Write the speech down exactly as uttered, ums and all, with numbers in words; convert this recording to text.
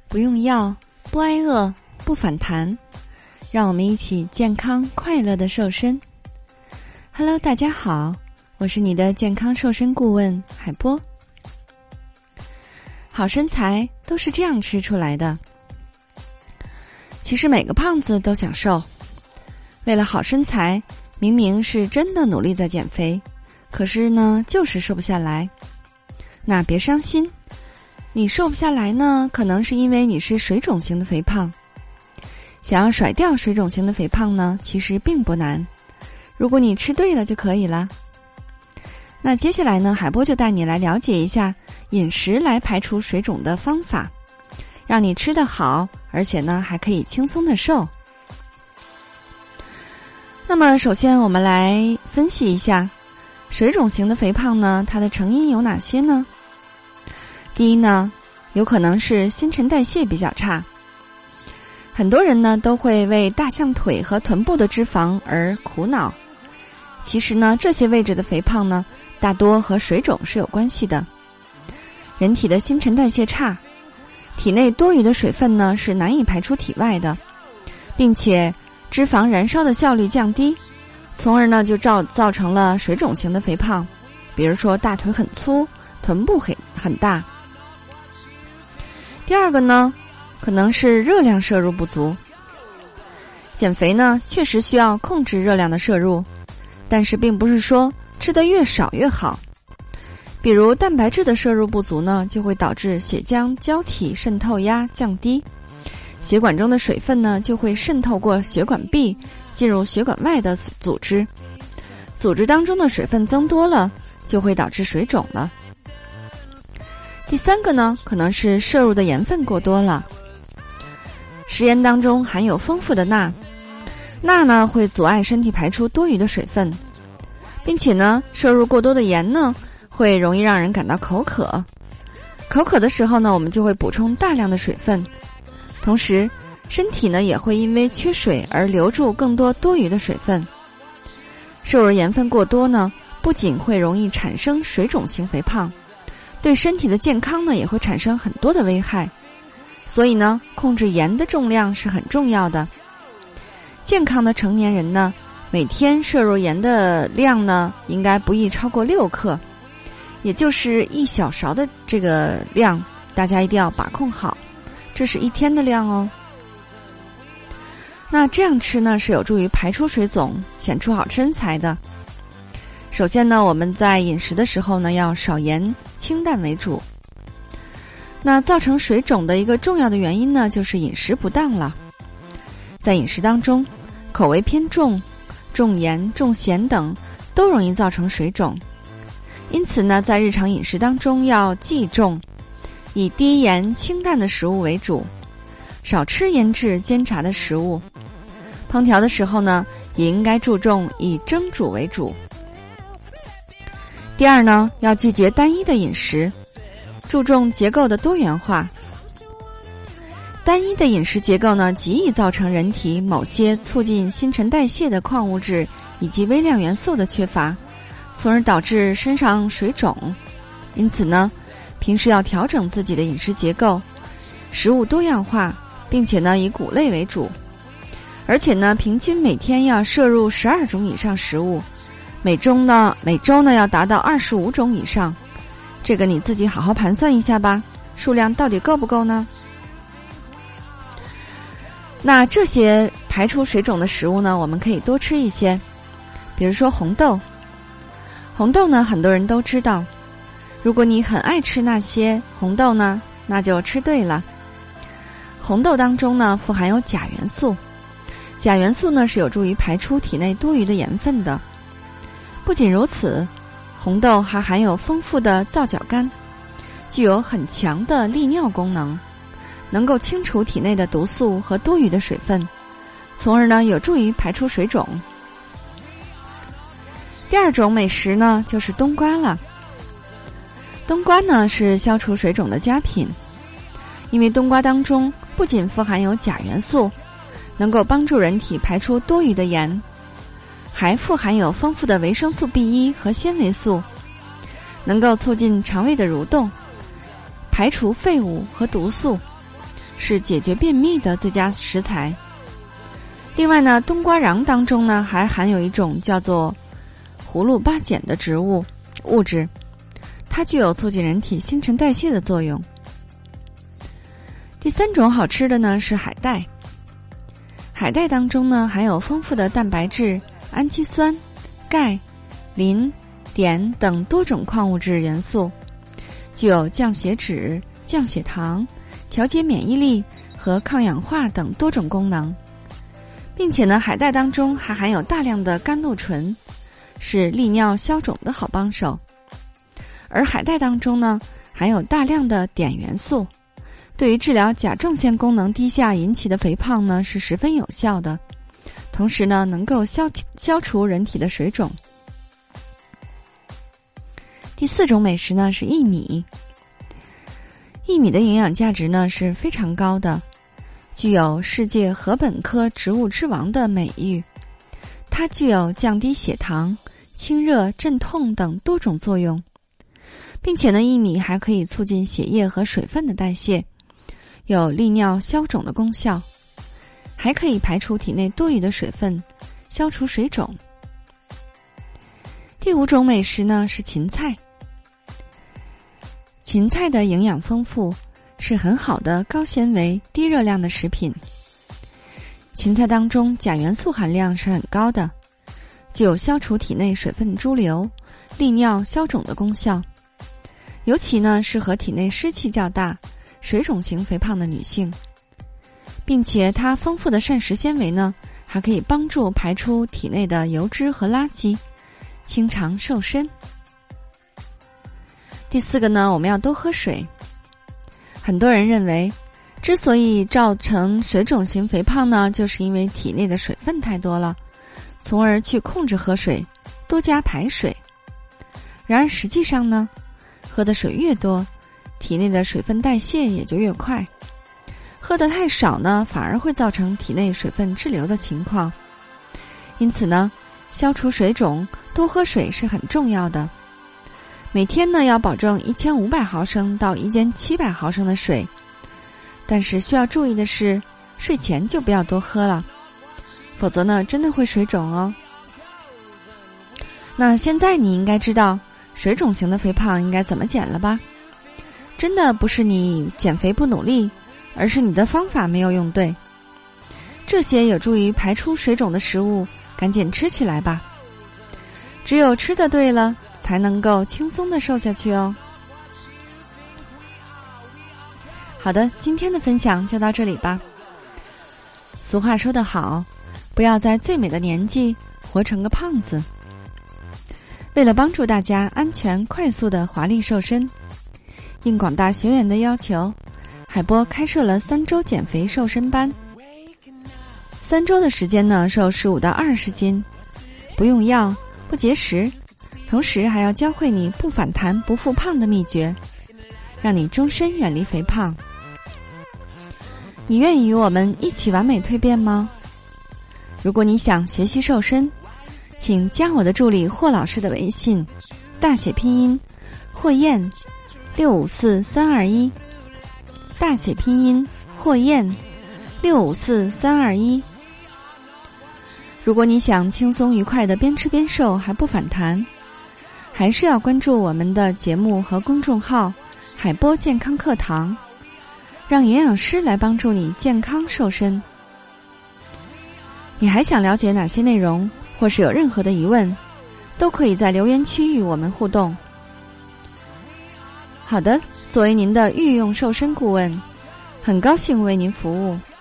不用药，不挨饿，不反弹，让我们一起健康快乐的瘦身。Hello， 大家好，我是你的健康瘦身顾问海波。好身材都是这样吃出来的。其实每个胖子都想瘦，为了好身材，明明是真的努力在减肥，可是呢，就是瘦不下来。那别伤心，你瘦不下来呢，可能是因为你是水肿型的肥胖。想要甩掉水肿型的肥胖呢，其实并不难，如果你吃对了就可以了。那接下来呢，海波就带你来了解一下饮食来排除水肿的方法，让你吃得好，而且呢还可以轻松的瘦。那么首先我们来分析一下水肿型的肥胖呢，它的成因有哪些呢？第一呢，有可能是新陈代谢比较差。很多人呢都会为大象腿和臀部的脂肪而苦恼，其实呢这些位置的肥胖呢大多和水肿是有关系的。人体的新陈代谢差，体内多余的水分呢是难以排出体外的，并且脂肪燃烧的效率降低，从而呢就造造成了水肿型的肥胖，比如说大腿很粗，臀部很很大。第二个呢，可能是热量摄入不足。减肥呢确实需要控制热量的摄入，但是并不是说吃得越少越好。比如蛋白质的摄入不足呢，就会导致血浆胶体渗透压降低，血管中的水分呢就会渗透过血管壁进入血管外的组织，组织当中的水分增多了，就会导致水肿了。第三个呢，可能是摄入的盐分过多了。食盐当中含有丰富的钠，钠呢会阻碍身体排出多余的水分，并且呢摄入过多的盐呢会容易让人感到口渴。口渴的时候呢，我们就会补充大量的水分，同时身体呢也会因为缺水而留住更多多余的水分。摄入盐分过多呢，不仅会容易产生水肿型肥胖，对身体的健康呢也会产生很多的危害。所以呢，控制盐的重量是很重要的。健康的成年人呢，每天摄入盐的量呢，应该不宜超过六克，也就是一小勺的这个量，大家一定要把控好，这是一天的量哦。那这样吃呢，是有助于排出水肿，显出好身材的。首先呢，我们在饮食的时候呢，要少盐，清淡为主。那造成水肿的一个重要的原因呢，就是饮食不当了。在饮食当中，口味偏重、重盐、重咸等都容易造成水肿。因此呢，在日常饮食当中要忌重，以低盐清淡的食物为主，少吃腌制煎炸的食物。烹调的时候呢，也应该注重以蒸煮为主。第二呢，要拒绝单一的饮食，注重结构的多元化。单一的饮食结构呢，极易造成人体某些促进新陈代谢的矿物质以及微量元素的缺乏，从而导致身上水肿。因此呢，平时要调整自己的饮食结构，食物多样化，并且呢以谷类为主，而且呢平均每天要摄入十二种以上食物，每周呢每周呢要达到二十五种以上。这个你自己好好盘算一下吧，数量到底够不够呢？那这些排除水肿的食物呢，我们可以多吃一些，比如说红豆。红豆呢，很多人都知道，如果你很爱吃那些红豆呢，那就吃对了。红豆当中呢，富含有钾元素，钾元素呢是有助于排出体内多余的盐分的。不仅如此，红豆还含有丰富的皂角苷，具有很强的利尿功能，能够清除体内的毒素和多余的水分，从而呢有助于排出水肿。第二种美食呢，就是冬瓜了。冬瓜呢是消除水肿的佳品，因为冬瓜当中不仅富含有钾元素，能够帮助人体排出多余的盐，还富含有丰富的维生素 B 一 和纤维素，能够促进肠胃的蠕动，排除废物和毒素， 是解决便秘的最佳食材。另外呢，冬瓜瓤当中呢还含有一种叫做葫芦巴碱的植物物质，它具有促进人体新陈代谢的作用。第三种好吃的呢是海带。海带当中呢含有丰富的蛋白质、氨基酸、钙、磷、碘等多种矿物质元素，具有降血脂、降血糖、调节免疫力和抗氧化等多种功能。并且呢，海带当中还含有大量的甘露醇，是利尿消肿的好帮手。而海带当中呢含有大量的碘元素，对于治疗甲状腺功能低下引起的肥胖呢是十分有效的，同时呢能够消消除人体的水肿。第四种美食呢是薏米。薏米的营养价值呢是非常高的，具有世界禾本科植物之王的美誉。它具有降低血糖、清热镇痛等多种作用，并且呢薏米还可以促进血液和水分的代谢，有利尿消肿的功效，还可以排除体内多余的水分，消除水肿。第五种美食呢是芹菜。芹菜的营养丰富，是很好的高纤维、低热量的食品。芹菜当中钾元素含量是很高的，具有消除体内水分潴留、利尿消肿的功效，尤其呢适合体内湿气较大、水肿型肥胖的女性。并且它丰富的膳食纤维呢，还可以帮助排出体内的油脂和垃圾，清肠瘦身。第四个呢，我们要多喝水。很多人认为，之所以造成水肿型肥胖呢，就是因为体内的水分太多了，从而去控制喝水，多加排水。然而实际上呢，喝的水越多，体内的水分代谢也就越快。喝得太少呢，反而会造成体内水分滞留的情况。因此呢，消除水肿，多喝水是很重要的。每天呢要保证一千五百毫升到一千七百毫升的水，但是需要注意的是，睡前就不要多喝了，否则呢真的会水肿哦。那现在你应该知道水肿型的肥胖应该怎么减了吧？真的不是你减肥不努力，而是你的方法没有用对。这些有助于排出水肿的食物，赶紧吃起来吧。只有吃得对了，才能够轻松地瘦下去哦。好的，今天的分享就到这里吧。俗话说得好，不要在最美的年纪活成个胖子。为了帮助大家安全快速的华丽瘦身，应广大学员的要求，海波开设了三周减肥瘦身班。三周的时间呢，瘦十五到二十斤，不用药，不节食，同时还要教会你不反弹不复胖的秘诀，让你终身远离肥胖。你愿意与我们一起完美蜕变吗？如果你想学习瘦身，请加我的助理霍老师的微信，大写拼音霍燕六五四三二一，大写拼音霍燕六五四三二一。如果你想轻松愉快的边吃边瘦还不反弹，还是要关注我们的节目和公众号海波健康课堂，让营养师来帮助你健康瘦身。你还想了解哪些内容，或是有任何的疑问，都可以在留言区与我们互动。好的，作为您的御用瘦身顾问，很高兴为您服务。